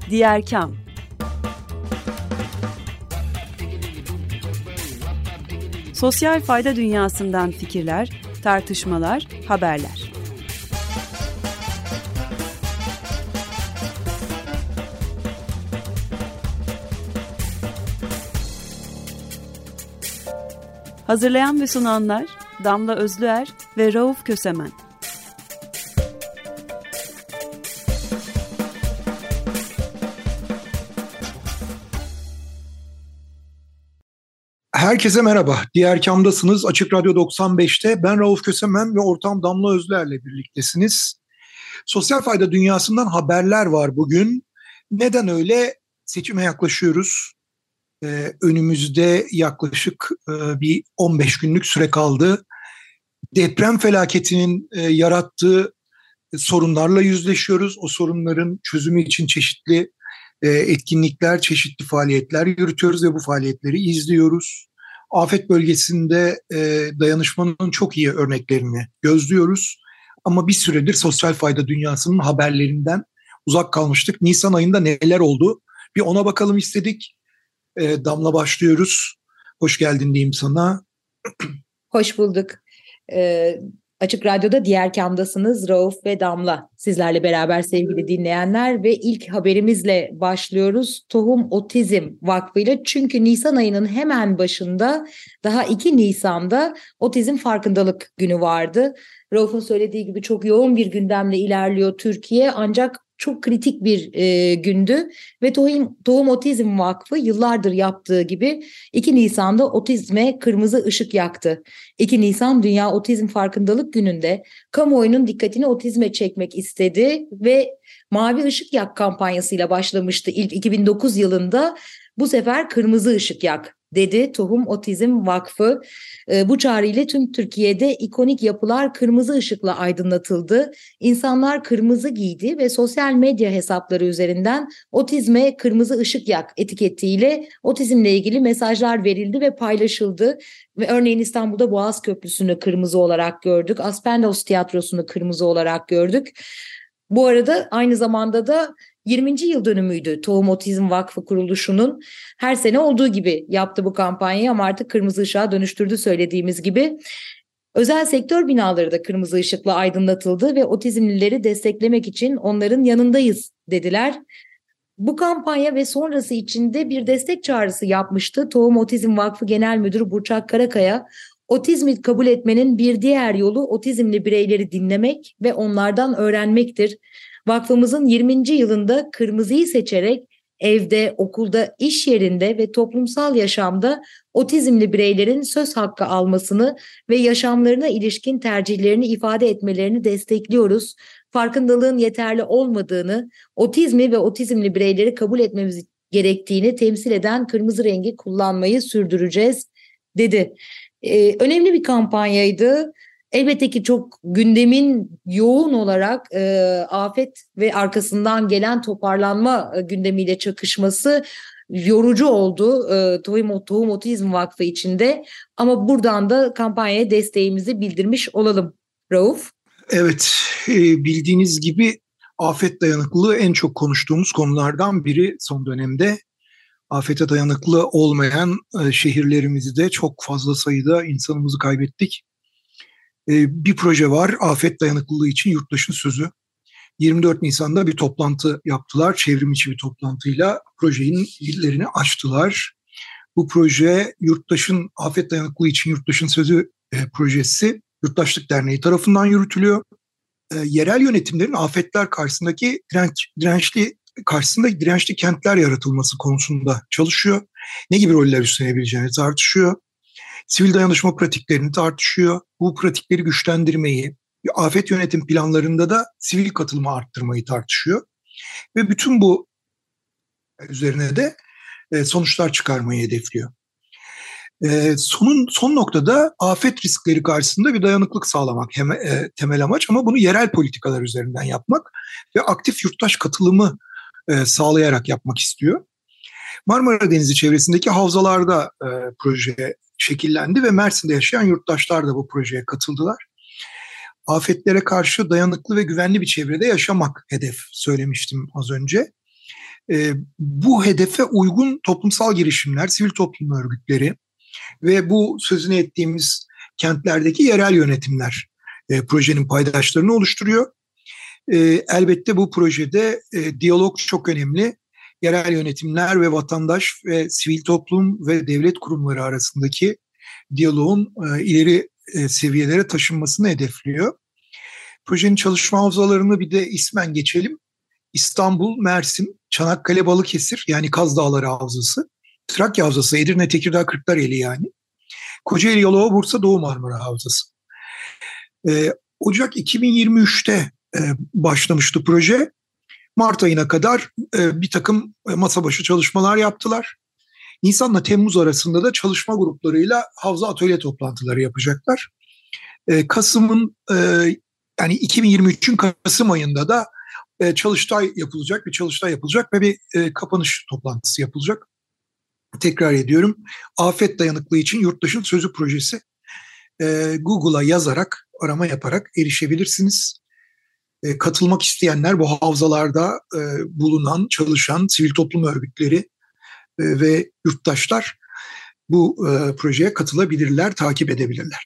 Diğer Kam. Sosyal fayda dünyasından fikirler, tartışmalar, haberler. Hazırlayan ve sunanlar Damla Özlüer ve Rauf Kösemen. Herkese merhaba. Diğer Kam'dasınız. Açık Radyo 95'te ben Rauf Kösemen ve ortağım Damla Özler'le birliktesiniz. Sosyal fayda dünyasından haberler var bugün. Neden öyle? Seçime yaklaşıyoruz. Önümüzde yaklaşık bir 15 günlük süre kaldı. Deprem felaketinin yarattığı sorunlarla yüzleşiyoruz. O sorunların çözümü için çeşitli etkinlikler, çeşitli faaliyetler yürütüyoruz ve bu faaliyetleri izliyoruz. Afet bölgesinde dayanışmanın çok iyi örneklerini gözlüyoruz. Ama bir süredir sosyal fayda dünyasının haberlerinden uzak kalmıştık. Nisan ayında neler oldu? Bir ona bakalım istedik. Damla, başlıyoruz. Hoş geldin diyeyim sana. Hoş bulduk. Açık Radyo'da Diğer Kam'dasınız. Rauf ve Damla sizlerle beraber sevgili dinleyenler ve ilk haberimizle başlıyoruz. Tohum Otizm Vakfı'yla, çünkü Nisan ayının hemen başında daha 2 Nisan'da Otizm Farkındalık Günü vardı. Rauf'un söylediği gibi çok yoğun bir gündemle ilerliyor Türkiye, ancak çok kritik bir gündü ve Tohum Otizm Vakfı yıllardır yaptığı gibi 2 Nisan'da otizme kırmızı ışık yaktı. 2 Nisan Dünya Otizm Farkındalık Günü'nde kamuoyunun dikkatini otizme çekmek istedi ve Mavi Işık Yak kampanyasıyla başlamıştı ilk 2009 yılında. Bu sefer kırmızı ışık yak dedi Tohum Otizm Vakfı. Bu çağrıyla tüm Türkiye'de ikonik yapılar kırmızı ışıkla aydınlatıldı. İnsanlar kırmızı giydi ve sosyal medya hesapları üzerinden otizme kırmızı ışık yak etiketiyle otizmle ilgili mesajlar verildi ve paylaşıldı. Ve örneğin İstanbul'da Boğaz Köprüsü'nü kırmızı olarak gördük. Aspendos Tiyatrosu'nu kırmızı olarak gördük. Bu arada aynı zamanda da 20. yıl dönümüydü Tohum Otizm Vakfı kuruluşunun. Her sene olduğu gibi yaptı bu kampanyayı ama artık kırmızı ışığa dönüştürdü söylediğimiz gibi. Özel sektör binaları da kırmızı ışıkla aydınlatıldı ve otizmlileri desteklemek için onların yanındayız dediler. Bu kampanya ve sonrası için de bir destek çağrısı yapmıştı Tohum Otizm Vakfı Genel Müdürü Burçak Karakaya. Otizmi kabul etmenin bir diğer yolu otizmli bireyleri dinlemek ve onlardan öğrenmektir. Vakfımızın 20. yılında kırmızıyı seçerek evde, okulda, iş yerinde ve toplumsal yaşamda otizmli bireylerin söz hakkı almasını ve yaşamlarına ilişkin tercihlerini ifade etmelerini destekliyoruz. Farkındalığın yeterli olmadığını, otizmi ve otizmli bireyleri kabul etmemiz gerektiğini temsil eden kırmızı rengi kullanmayı sürdüreceğiz, dedi. Önemli bir kampanyaydı. Elbette ki çok gündemin yoğun olarak afet ve arkasından gelen toparlanma gündemiyle çakışması yorucu oldu Tohum Otizm Vakfı içinde. Ama buradan da kampanyaya desteğimizi bildirmiş olalım. Rauf? Evet, bildiğiniz gibi afet dayanıklılığı en çok konuştuğumuz konulardan biri son dönemde. Afete dayanıklı olmayan şehirlerimizde çok fazla sayıda insanımızı kaybettik. Bir proje var, afet dayanıklılığı için Yurttaşın Sözü. 24 Nisan'da bir toplantı yaptılar, çevrim içi bir toplantıyla projenin illerini açtılar. Bu proje Afet Dayanıklılığı için Yurttaşın Sözü projesi Yurttaşlık Derneği tarafından yürütülüyor. Yerel yönetimlerin afetler karşısındaki dirençli kentler yaratılması konusunda çalışıyor. Ne gibi roller üstlenebileceğini tartışıyor. Sivil dayanışma pratiklerini tartışıyor. Bu pratikleri güçlendirmeyi, afet yönetim planlarında da sivil katılımı arttırmayı tartışıyor. Ve bütün bu üzerine de sonuçlar çıkarmayı hedefliyor. Son noktada afet riskleri karşısında bir dayanıklık sağlamak temel amaç, ama bunu yerel politikalar üzerinden yapmak ve aktif yurttaş katılımı sağlayarak yapmak istiyor. Marmara Denizi çevresindeki havzalarda proje şekillendi ve Mersin'de yaşayan yurttaşlar da bu projeye katıldılar. Afetlere karşı dayanıklı ve güvenli bir çevrede yaşamak hedef söylemiştim az önce. Bu hedefe uygun toplumsal girişimler, sivil toplum örgütleri ve bu sözünü ettiğimiz kentlerdeki yerel yönetimler projenin paydaşlarını oluşturuyor. Elbette bu projede diyalog çok önemli. Yerel yönetimler ve vatandaş ve sivil toplum ve devlet kurumları arasındaki diyaloğun ileri seviyelere taşınmasını hedefliyor. Projenin çalışma havzalarını bir de ismen geçelim. İstanbul, Mersin, Çanakkale, Balıkesir yani Kaz Dağları Havzası, Trakya Havzası, Edirne, Tekirdağ, Kırklareli yani. Kocaeli, Yalova, Bursa, Doğu Marmara Havzası. Ocak 2023'te başlamıştı proje. Mart ayına kadar bir takım masa başı çalışmalar yaptılar. Nisan'la Temmuz arasında da çalışma gruplarıyla havza atölye toplantıları yapacaklar. Kasım'ın yani 2023'ün Kasım ayında da çalıştay yapılacak ve bir kapanış toplantısı yapılacak. Tekrar ediyorum. Afet dayanıklığı için Yurttaşın Sözü projesi. Google'a yazarak, arama yaparak erişebilirsiniz. Katılmak isteyenler bu havzalarda bulunan, çalışan sivil toplum örgütleri ve yurttaşlar bu projeye katılabilirler, takip edebilirler.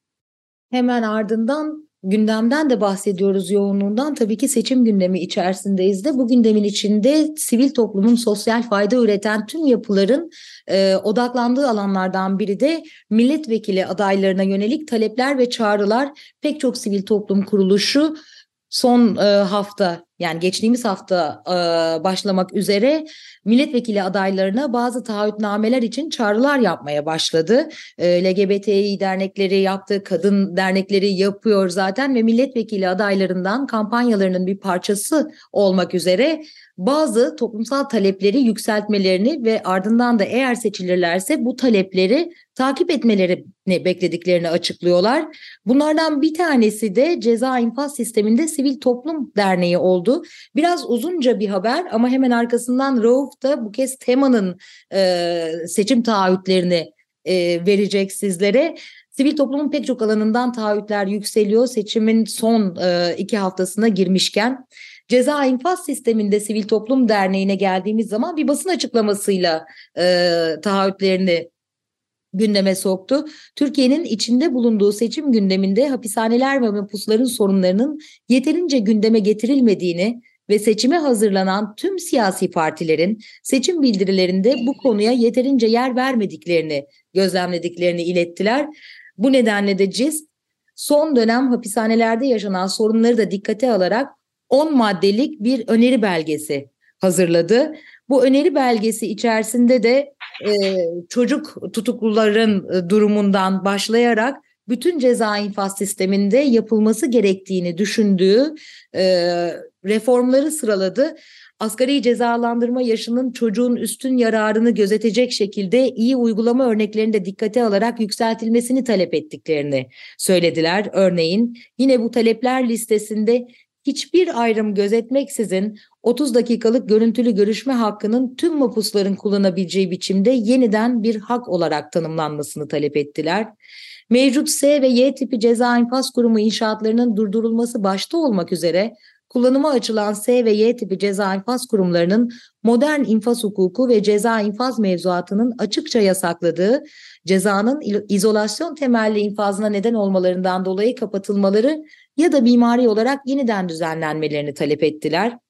Hemen ardından gündemden de bahsediyoruz, yoğunluğundan. Tabii ki seçim gündemi içerisindeyiz de. Bu gündemin içinde sivil toplumun sosyal fayda üreten tüm yapıların odaklandığı alanlardan biri de milletvekili adaylarına yönelik talepler ve çağrılar. Pek çok sivil toplum kuruluşu son hafta, yani geçtiğimiz hafta başlamak üzere milletvekili adaylarına bazı taahhütnameler için çağrılar yapmaya başladı. LGBTİ dernekleri yaptı, kadın dernekleri yapıyor zaten ve milletvekili adaylarından kampanyalarının bir parçası olmak üzere bazı toplumsal talepleri yükseltmelerini ve ardından da eğer seçilirlerse bu talepleri takip etmelerini beklediklerini açıklıyorlar. Bunlardan bir tanesi de ceza infaz sisteminde Sivil Toplum Derneği oldu. Biraz uzunca bir haber ama hemen arkasından Rauf da bu kez temanın seçim taahhütlerini verecek sizlere. Sivil toplumun pek çok alanından taahhütler yükseliyor seçimin son 2 haftasına girmişken. Ceza infaz sisteminde Sivil Toplum Derneği'ne geldiğimiz zaman bir basın açıklamasıyla taahhütlerini gündeme soktu. Türkiye'nin içinde bulunduğu seçim gündeminde hapishaneler ve mahpusların sorunlarının yeterince gündeme getirilmediğini ve seçime hazırlanan tüm siyasi partilerin seçim bildirilerinde bu konuya yeterince yer vermediklerini gözlemlediklerini ilettiler. Bu nedenle de CİS son dönem hapishanelerde yaşanan sorunları da dikkate alarak 10 maddelik bir öneri belgesi hazırladı. Bu öneri belgesi içerisinde de çocuk tutukluların durumundan başlayarak bütün ceza infaz sisteminde yapılması gerektiğini düşündüğü reformları sıraladı. Asgari cezalandırma yaşının çocuğun üstün yararını gözetecek şekilde iyi uygulama örneklerini de dikkate alarak yükseltilmesini talep ettiklerini söylediler. Örneğin yine bu talepler listesinde hiçbir ayrım gözetmeksizin 30 dakikalık görüntülü görüşme hakkının tüm mahpusların kullanabileceği biçimde yeniden bir hak olarak tanımlanmasını talep ettiler. Mevcut S ve Y tipi ceza infaz kurumu inşaatlarının durdurulması başta olmak üzere kullanıma açılan S ve Y tipi ceza infaz kurumlarının modern infaz hukuku ve ceza infaz mevzuatının açıkça yasakladığı cezanın izolasyon temelli infazına neden olmalarından dolayı kapatılmaları ya da mimari olarak yeniden düzenlenmelerini talep ettiler.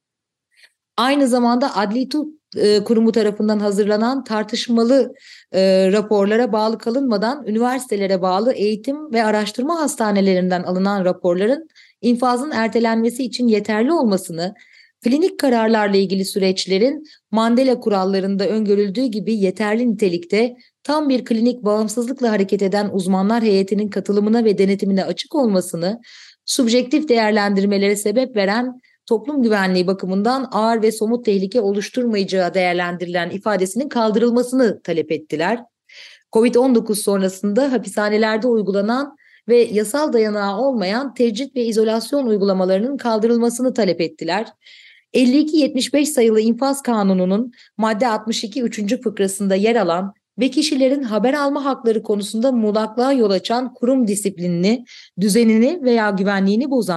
Aynı zamanda Adli Tıp Kurumu tarafından hazırlanan tartışmalı raporlara bağlı kalınmadan üniversitelere bağlı eğitim ve araştırma hastanelerinden alınan raporların infazın ertelenmesi için yeterli olmasını, klinik kararlarla ilgili süreçlerin Mandela kurallarında öngörüldüğü gibi yeterli nitelikte tam bir klinik bağımsızlıkla hareket eden uzmanlar heyetinin katılımına ve denetimine açık olmasını, subjektif değerlendirmelere sebep veren toplum güvenliği bakımından ağır ve somut tehlike oluşturmayacağı değerlendirilen ifadesinin kaldırılmasını talep ettiler. Covid-19 sonrasında hapishanelerde uygulanan ve yasal dayanağı olmayan tecrit ve izolasyon uygulamalarının kaldırılmasını talep ettiler. 52-75 sayılı infaz kanununun madde 62 3. fıkrasında yer alan ve kişilerin haber alma hakları konusunda muğlaklığa yol açan kurum disiplinini, düzenini veya güvenliğini bozan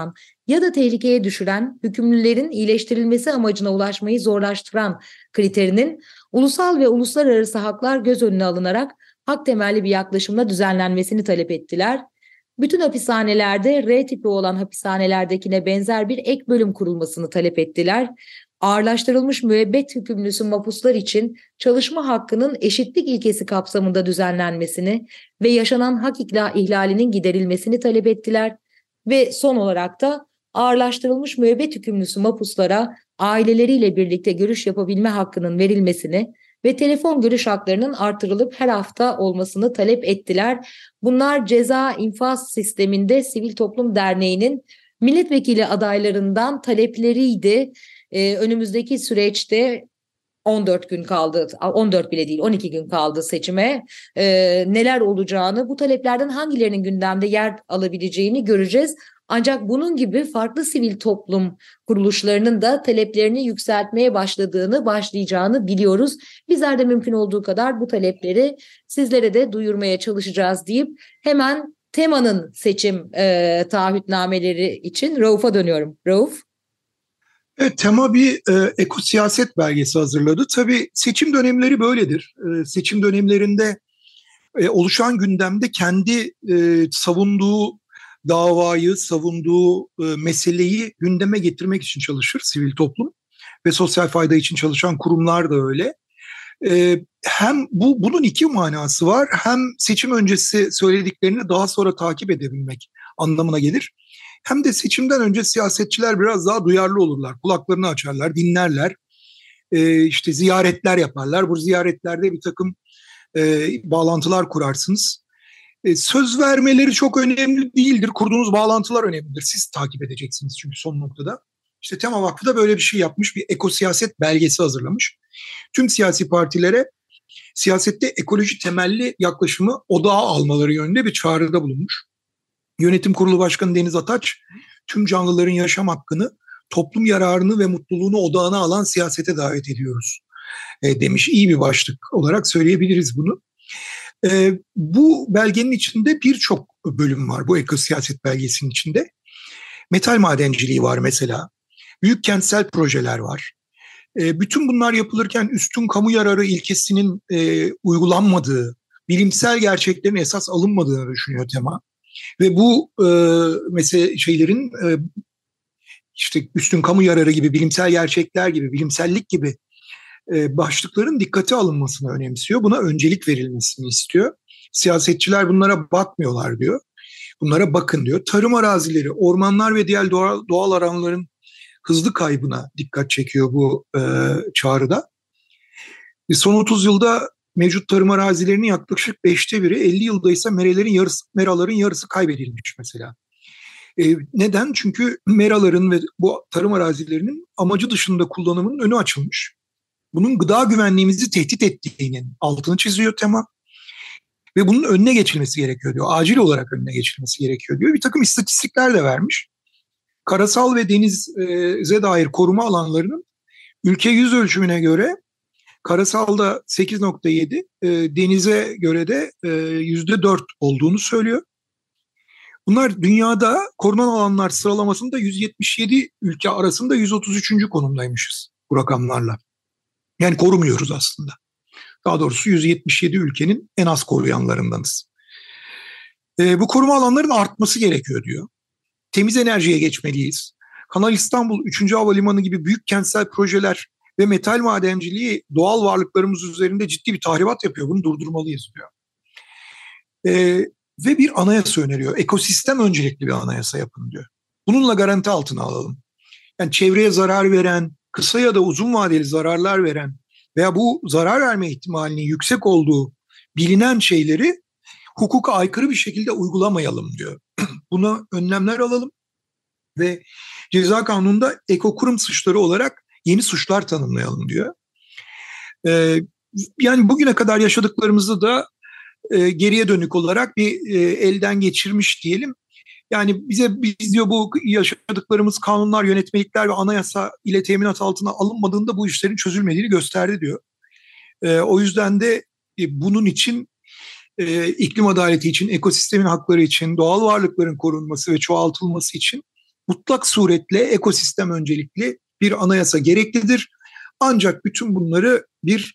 ya da tehlikeye düşüren, hükümlülerin iyileştirilmesi amacına ulaşmayı zorlaştıran kriterinin ulusal ve uluslararası haklar göz önüne alınarak hak temelli bir yaklaşımla düzenlenmesini talep ettiler. Bütün hapishanelerde R tipi olan hapishanelerdekine benzer bir ek bölüm kurulmasını talep ettiler. Ağırlaştırılmış müebbet hükümlüsü mahpuslar için çalışma hakkının eşitlik ilkesi kapsamında düzenlenmesini ve yaşanan hak ihlalinin giderilmesini talep ettiler. Ve son olarak da ağırlaştırılmış müebbet hükümlüsü mahpuslara aileleriyle birlikte görüş yapabilme hakkının verilmesini ve telefon görüş haklarının artırılıp her hafta olmasını talep ettiler. Bunlar Ceza İnfaz Sisteminde Sivil Toplum Derneği'nin milletvekili adaylarından talepleriydi. Önümüzdeki süreçte 14 gün kaldı, 14 bile değil 12 gün kaldı seçime. Neler olacağını, bu taleplerden hangilerinin gündemde yer alabileceğini göreceğiz. Ancak bunun gibi farklı sivil toplum kuruluşlarının da taleplerini yükseltmeye başlayacağını biliyoruz. Bizler de mümkün olduğu kadar bu talepleri sizlere de duyurmaya çalışacağız deyip hemen Tema'nın seçim taahhütnameleri için Rauf'a dönüyorum. Rauf? Evet, Tema bir ekosiyaset belgesi hazırladı. Tabii seçim dönemleri böyledir. Seçim dönemlerinde oluşan gündemde kendi savunduğu davayı, savunduğu meseleyi gündeme getirmek için çalışır sivil toplum ve sosyal fayda için çalışan kurumlar da öyle. Hem bunun iki manası var. Hem seçim öncesi söylediklerini daha sonra takip edebilmek anlamına gelir. Hem de seçimden önce siyasetçiler biraz daha duyarlı olurlar. Kulaklarını açarlar, dinlerler. İşte ziyaretler yaparlar. Bu ziyaretlerde bir takım bağlantılar kurarsınız. Söz vermeleri çok önemli değildir. Kurduğunuz bağlantılar önemlidir. Siz takip edeceksiniz çünkü son noktada. İşte Tema Vakfı da böyle bir şey yapmış. Bir ekosiyaset belgesi hazırlamış. Tüm siyasi partilere siyasette ekoloji temelli yaklaşımı odağa almaları yönünde bir çağrıda bulunmuş. Yönetim Kurulu Başkanı Deniz Ataç, tüm canlıların yaşam hakkını, toplum yararını ve mutluluğunu odağına alan siyasete davet ediyoruz demiş. İyi bir başlık olarak söyleyebiliriz bunu. Bu belgenin içinde birçok bölüm var, bu ekosiyaset belgesinin içinde. Metal madenciliği var mesela, büyük kentsel projeler var. Bütün bunlar yapılırken üstün kamu yararı ilkesinin uygulanmadığı, bilimsel gerçeklerin esas alınmadığını düşünüyor Tema. Ve bu mesela şeylerin işte üstün kamu yararı gibi, bilimsel gerçekler gibi, bilimsellik gibi başlıkların dikkate alınmasını önemsiyor. Buna öncelik verilmesini istiyor. Siyasetçiler bunlara bakmıyorlar diyor. Bunlara bakın diyor. Tarım arazileri, ormanlar ve diğer doğal alanların hızlı kaybına dikkat çekiyor bu çağrıda. Son 30 yılda mevcut tarım arazilerinin yaklaşık 1/5, 50 yılda ise meraların yarısı kaybedilmiş mesela. Neden? Çünkü meraların ve bu tarım arazilerinin amacı dışında kullanımının önü açılmış. Bunun gıda güvenliğimizi tehdit ettiğinin altını çiziyor Tema. Ve bunun önüne geçilmesi gerekiyor diyor. Acil olarak önüne geçilmesi gerekiyor diyor. Bir takım istatistikler de vermiş. Karasal ve denize dair koruma alanlarının ülke yüz ölçümüne göre karasalda 8,7, denize göre de %4 olduğunu söylüyor. Bunlar dünyada korunan alanlar sıralamasında 177 ülke arasında 133. konumdaymışız bu rakamlarla. Yani korumuyoruz aslında. Daha doğrusu 177 ülkenin en az koruyanlarındanız. Bu koruma alanlarının artması gerekiyor diyor. Temiz enerjiye geçmeliyiz. Kanal İstanbul, 3. Havalimanı gibi büyük kentsel projeler ve metal madenciliği doğal varlıklarımız üzerinde ciddi bir tahribat yapıyor. Bunu durdurmalıyız diyor. Ve bir anayasa öneriyor. Ekosistem öncelikli bir anayasa yapın diyor. Bununla garanti altına alalım. Yani çevreye zarar veren, kısa ya da uzun vadeli zararlar veren veya bu zarar verme ihtimalinin yüksek olduğu bilinen şeyleri hukuka aykırı bir şekilde uygulamayalım diyor. Buna önlemler alalım ve ceza kanununda ekokurum suçları olarak yeni suçlar tanımlayalım diyor. Yani bugüne kadar yaşadıklarımızı da geriye dönük olarak bir elden geçirmiş diyelim. Yani biz diyor bu yaşadıklarımız kanunlar, yönetmelikler ve anayasa ile teminat altına alınmadığında bu işlerin çözülmediğini gösterdi diyor. O yüzden de bunun için iklim adaleti için, ekosistemin hakları için, doğal varlıkların korunması ve çoğaltılması için mutlak suretle ekosistem öncelikli bir anayasa gereklidir. Ancak bütün bunları bir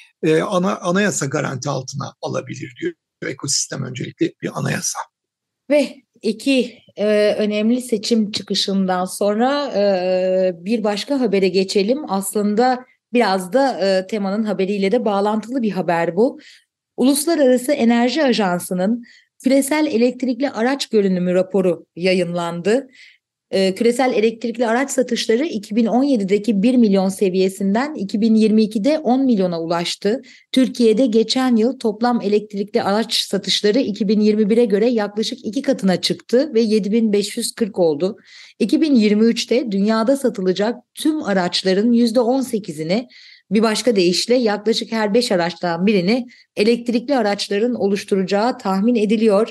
anayasa garanti altına alabilir diyor. Ekosistem öncelikli bir anayasa. Ve iki önemli seçim çıkışından sonra bir başka habere geçelim. Aslında biraz da temanın haberiyle de bağlantılı bir haber bu. Uluslararası Enerji Ajansı'nın küresel elektrikli araç görünümü raporu yayınlandı. Küresel elektrikli araç satışları 2017'deki 1 milyon seviyesinden 2022'de 10 milyona ulaştı. Türkiye'de geçen yıl toplam elektrikli araç satışları 2021'e göre yaklaşık 2 katına çıktı ve 7540 oldu. 2023'te dünyada satılacak tüm araçların %18'ini, bir başka deyişle yaklaşık her 5 araçtan birini elektrikli araçların oluşturacağı tahmin ediliyor.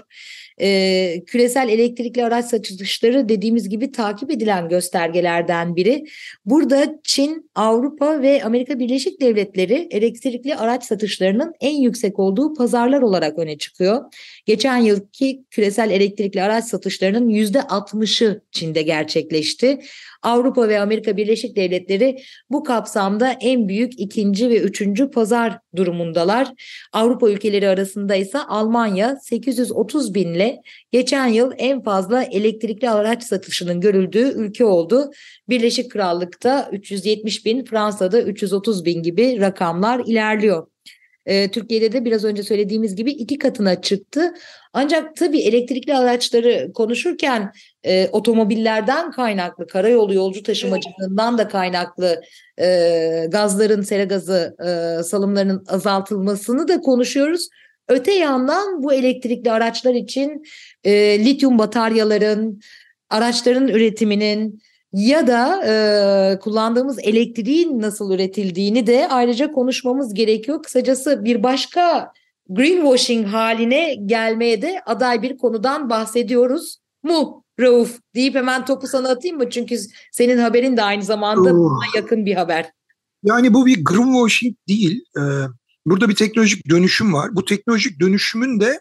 Küresel elektrikli araç satışları dediğimiz gibi takip edilen göstergelerden biri. Burada Çin, Avrupa ve Amerika Birleşik Devletleri elektrikli araç satışlarının en yüksek olduğu pazarlar olarak öne çıkıyor. Geçen yılki küresel elektrikli araç satışlarının %60'ı Çin'de gerçekleşti. Avrupa ve Amerika Birleşik Devletleri bu kapsamda en büyük ikinci ve üçüncü pazar durumundalar. Avrupa ülkeleri arasında ise Almanya 830 binle geçen yıl en fazla elektrikli araç satışının görüldüğü ülke oldu. Birleşik Krallık'ta 370 bin, Fransa'da 330 bin gibi rakamlar ilerliyor. Türkiye'de de biraz önce söylediğimiz gibi 2 katına çıktı. Ancak tabii elektrikli araçları konuşurken otomobillerden kaynaklı, karayolu yolcu taşımacılığından da kaynaklı gazların, sera gazı salımlarının azaltılmasını da konuşuyoruz. Öte yandan bu elektrikli araçlar için lityum bataryaların, araçların üretiminin ya da kullandığımız elektriğin nasıl üretildiğini de ayrıca konuşmamız gerekiyor. Kısacası bir başka greenwashing haline gelmeye de aday bir konudan bahsediyoruz mu Rauf deyip hemen topu sana atayım mı? Çünkü senin haberin de aynı zamanda buna yakın bir haber. Yani bu bir greenwashing değil. Burada bir teknolojik dönüşüm var. Bu teknolojik dönüşümün de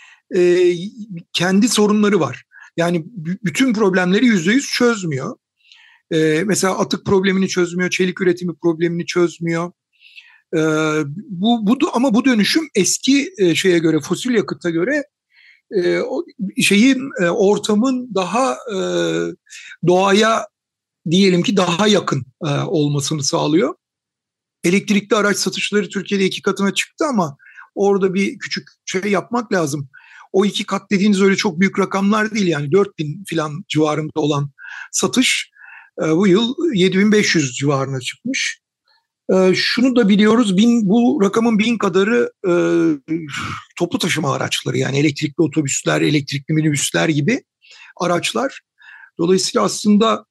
kendi sorunları var. Yani bütün problemleri %100 çözmüyor. Mesela atık problemini çözmüyor, çelik üretimi problemini çözmüyor. Ama bu dönüşüm eski şeye göre, fosil yakıta göre ortamın daha doğaya diyelim ki daha yakın olmasını sağlıyor. Elektrikli araç satışları Türkiye'de 2 katına çıktı ama orada bir küçük şey yapmak lazım. O 2 kat dediğiniz öyle çok büyük rakamlar değil, yani 4000 falan civarında olan satış bu yıl 7500 civarına çıkmış. Şunu da biliyoruz, bu rakamın 1000 kadarı toplu taşıma araçları, yani elektrikli otobüsler, elektrikli minibüsler gibi araçlar. Dolayısıyla aslında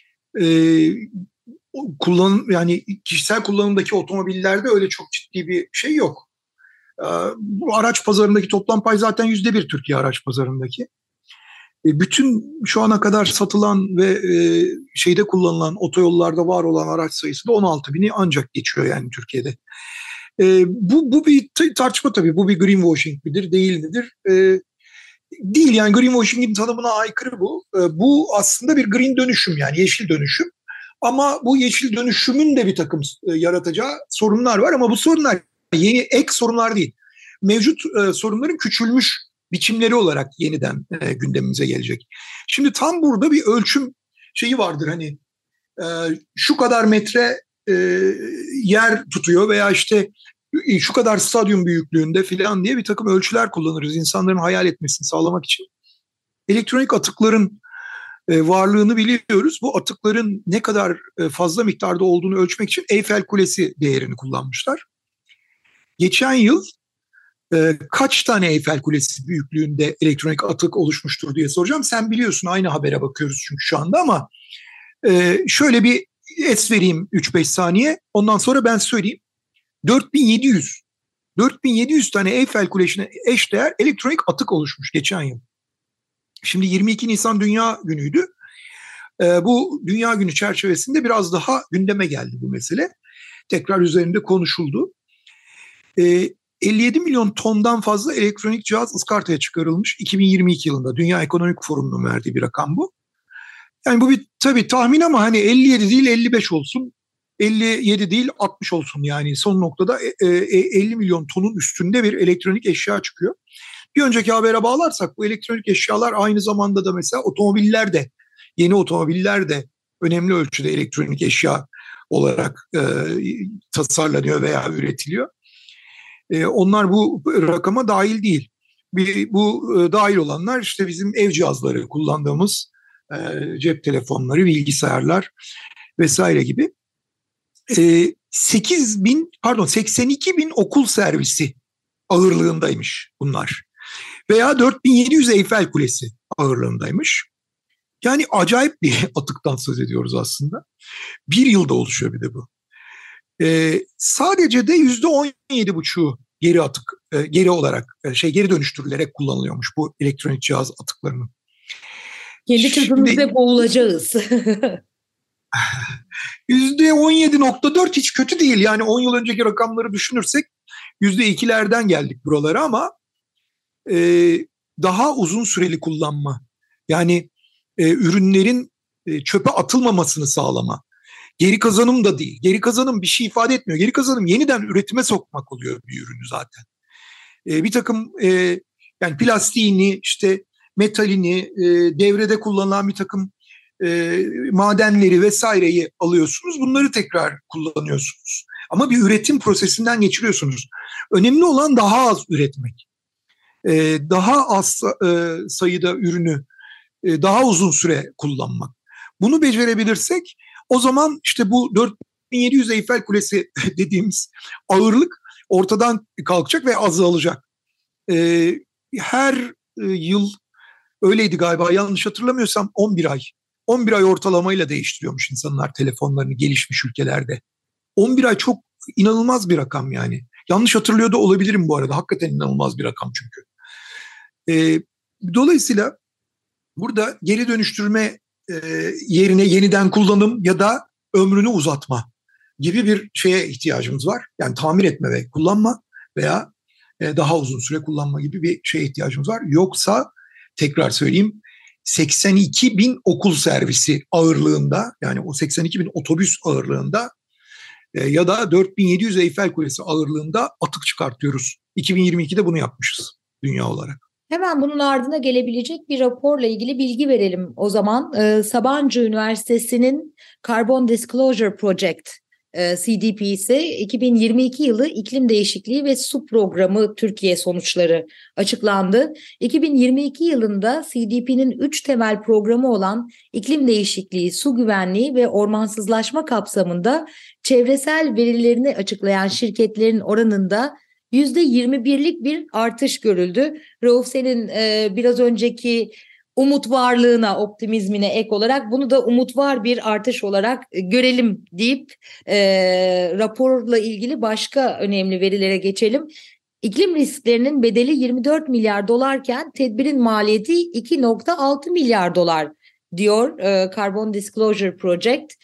yani kişisel kullanımdaki otomobillerde öyle çok ciddi bir şey yok. Bu araç pazarındaki toplam pay zaten %1 Türkiye araç pazarındaki. Bütün şu ana kadar satılan ve şeyde kullanılan otoyollarda var olan araç sayısı da 16 bini ancak geçiyor yani Türkiye'de. Bu bir tartışma tabii. Bu bir greenwashing midir, değil midir? Değil, yani greenwashing'in tanımına aykırı bu. Bu aslında bir green dönüşüm, yani yeşil dönüşüm. Ama bu yeşil dönüşümün de bir takım yaratacağı sorunlar var ama bu sorunlar yeni ek sorunlar değil. Mevcut sorunların küçülmüş biçimleri olarak yeniden gündemimize gelecek. Şimdi tam burada bir ölçüm şeyi vardır, hani şu kadar metre yer tutuyor veya işte şu kadar stadyum büyüklüğünde filan diye bir takım ölçüler kullanırız insanların hayal etmesini sağlamak için. Elektronik atıkların varlığını biliyoruz. Bu atıkların ne kadar fazla miktarda olduğunu ölçmek için Eyfel Kulesi değerini kullanmışlar. Geçen yıl kaç tane Eyfel Kulesi büyüklüğünde elektronik atık oluşmuştur diye soracağım. Sen biliyorsun, aynı habere bakıyoruz çünkü şu anda, ama şöyle bir es vereyim 3-5 saniye. Ondan sonra ben söyleyeyim. 4700 tane Eyfel Kulesi'ne eşdeğer elektronik atık oluşmuş geçen yıl. Şimdi 22 Nisan Dünya Günü'ydü. Bu Dünya Günü çerçevesinde biraz daha gündeme geldi bu mesele. Tekrar üzerinde konuşuldu. 57 milyon tondan fazla elektronik cihaz ıskartaya çıkarılmış 2022 yılında. Dünya Ekonomik Forumu'nun verdiği bir rakam bu. Yani bu bir tabii tahmin ama hani 57 değil 55 olsun. 57 değil 60 olsun yani son noktada 50 milyon tonun üstünde bir elektronik eşya çıkıyor. Bir önceki habere bağlarsak bu elektronik eşyalar aynı zamanda da mesela otomobiller de, yeni otomobiller de önemli ölçüde elektronik eşya olarak tasarlanıyor veya üretiliyor. Onlar bu rakama dahil değil. Bu dahil olanlar işte bizim ev cihazları kullandığımız cep telefonları, bilgisayarlar vesaire gibi. 82 bin okul servisi ağırlığındaymış bunlar. Veya 4700 Eyfel Kulesi ağırlığındaymış. Yani acayip bir atıktan söz ediyoruz aslında. Bir yılda oluşuyor bir de bu. Sadece de %17,5'u geri atık, geri olarak geri dönüştürülerek kullanılıyormuş bu elektronik cihaz atıklarının. Kendi çöpümüzde boğulacağız. %17,4 hiç kötü değil. Yani 10 yıl önceki rakamları düşünürsek %2'lerden geldik buralara ama daha uzun süreli kullanma. Yani ürünlerin çöpe atılmamasını sağlama. Geri kazanım da değil. Geri kazanım bir şey ifade etmiyor. Geri kazanım yeniden üretime sokmak oluyor bir ürünü zaten. Bir takım yani plastiğini, işte metalini, devrede kullanılan bir takım madenleri vesaireyi alıyorsunuz. Bunları tekrar kullanıyorsunuz. Ama bir üretim prosesinden geçiriyorsunuz. Önemli olan daha az üretmek. Daha az sayıda ürünü daha uzun süre kullanmak. Bunu becerebilirsek o zaman işte bu 4700 Eyfel Kulesi dediğimiz ağırlık ortadan kalkacak ve azalacak. Her yıl öyleydi galiba, yanlış hatırlamıyorsam 11 ay. 11 ay ortalamayla değiştiriyormuş insanlar telefonlarını gelişmiş ülkelerde. 11 ay çok inanılmaz bir rakam yani. Yanlış hatırlıyor da olabilirim bu arada. Hakikaten inanılmaz bir rakam çünkü. Dolayısıyla burada geri dönüştürme yerine yeniden kullanım ya da ömrünü uzatma gibi bir şeye ihtiyacımız var. Yani tamir etme ve kullanma veya daha uzun süre kullanma gibi bir şeye ihtiyacımız var. Yoksa tekrar söyleyeyim 82 bin okul servisi ağırlığında, yani o 82 bin otobüs ağırlığında ya da 4700 Eyfel Kulesi ağırlığında atık çıkartıyoruz. 2022'de bunu yapmışız dünya olarak. Hemen bunun ardına gelebilecek bir raporla ilgili bilgi verelim o zaman. Sabancı Üniversitesi'nin Carbon Disclosure Project CDP'si 2022 yılı iklim değişikliği ve su programı Türkiye sonuçları açıklandı. 2022 yılında CDP'nin 3 temel programı olan iklim değişikliği, su güvenliği ve ormansızlaşma kapsamında çevresel verilerini açıklayan şirketlerin oranında %21'lik bir artış görüldü. Rauf, senin biraz önceki umut varlığına, optimizmine ek olarak bunu da umut var bir artış olarak görelim deyip raporla ilgili başka önemli verilere geçelim. İklim risklerinin bedeli 24 milyar dolarken tedbirin maliyeti 2,6 milyar dolar diyor Carbon Disclosure Project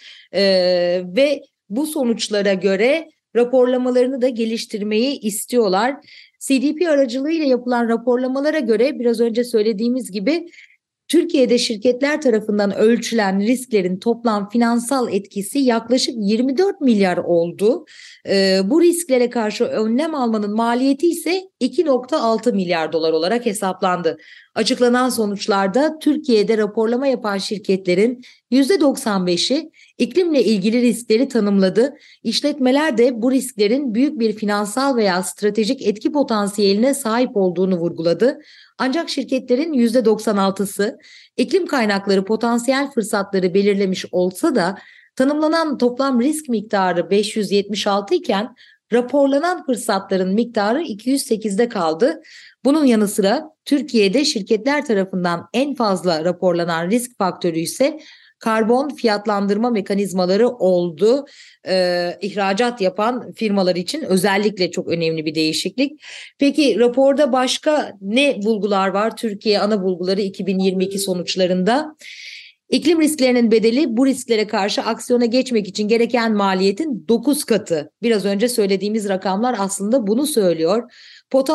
ve bu sonuçlara göre raporlamalarını da geliştirmeyi istiyorlar. CDP aracılığıyla yapılan raporlamalara göre biraz önce söylediğimiz gibi Türkiye'de şirketler tarafından ölçülen risklerin toplam finansal etkisi yaklaşık 24 milyar oldu. Bu risklere karşı önlem almanın maliyeti ise 2,6 milyar dolar olarak hesaplandı. Açıklanan sonuçlarda Türkiye'de raporlama yapan şirketlerin %95'i iklimle ilgili riskleri tanımladı. İşletmeler de bu risklerin büyük bir finansal veya stratejik etki potansiyeline sahip olduğunu vurguladı. Ancak şirketlerin %96'sı iklim kaynakları potansiyel fırsatları belirlemiş olsa da tanımlanan toplam risk miktarı 576 iken raporlanan fırsatların miktarı 208'de kaldı. Bunun yanı sıra Türkiye'de şirketler tarafından en fazla raporlanan risk faktörü ise karbon fiyatlandırma mekanizmaları oldu. İhracat yapan firmalar için özellikle çok önemli bir değişiklik. Peki raporda başka ne bulgular var? Türkiye ana bulguları 2022 sonuçlarında. İklim risklerinin bedeli bu risklere karşı aksiyona geçmek için gereken maliyetin 9 katı. Biraz önce söylediğimiz rakamlar aslında bunu söylüyor.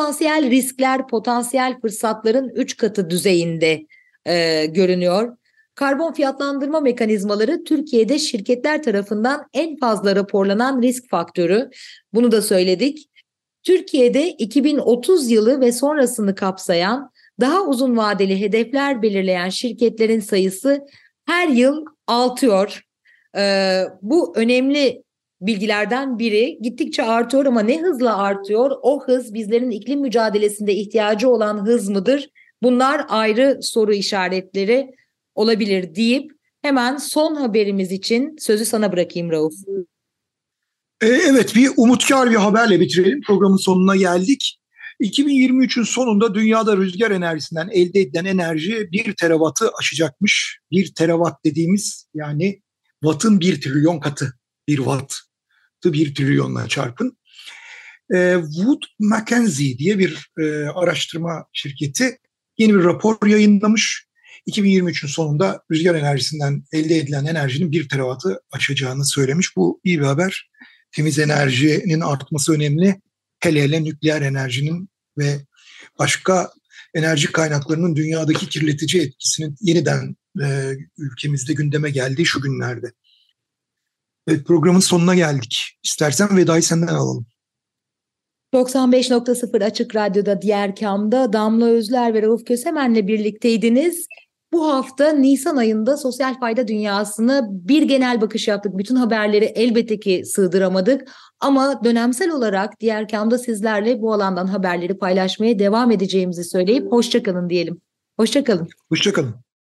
Potansiyel riskler, potansiyel fırsatların 3 katı düzeyinde görünüyor. Karbon fiyatlandırma mekanizmaları Türkiye'de şirketler tarafından en fazla raporlanan risk faktörü. Bunu da söyledik. Türkiye'de 2030 yılı ve sonrasını kapsayan daha uzun vadeli hedefler belirleyen şirketlerin sayısı her yıl artıyor. Bu önemli bilgilerden biri. Gittikçe artıyor ama ne hızla artıyor? O hız bizlerin iklim mücadelesinde ihtiyacı olan hız mıdır? Bunlar ayrı soru işaretleri olabilir deyip hemen son haberimiz için sözü sana bırakayım Rauf. Evet, bir umutkar bir haberle bitirelim. Programın sonuna geldik. 2023'ün sonunda dünyada rüzgar enerjisinden elde edilen enerji 1 terawattı aşacakmış. 1 terawatt dediğimiz yani wattın 1 trilyon katı. 1 wattı 1 trilyonla çarpın. Wood Mackenzie diye bir araştırma şirketi yeni bir rapor yayınlamış. 2023'ün sonunda rüzgar enerjisinden elde edilen enerjinin 1 terawattı aşacağını söylemiş. Bu iyi bir haber. Temiz enerjinin artması önemli. Hele hele nükleer enerjinin ve başka enerji kaynaklarının dünyadaki kirletici etkisinin yeniden ülkemizde gündeme geldiği şu günlerde. Evet, programın sonuna geldik. İstersen vedayı senden alalım. 95.0 Açık Radyo'da Diğer Kam'da Damla Özler ve Rauf Kösemen'le birlikteydiniz. Bu hafta Nisan ayında sosyal fayda dünyasına bir genel bakış yaptık. Bütün haberleri elbette ki sığdıramadık. Ama dönemsel olarak Diğer Kam'da sizlerle bu alandan haberleri paylaşmaya devam edeceğimizi söyleyip hoşça kalın diyelim. Hoşça kalın. Hoşça kalın.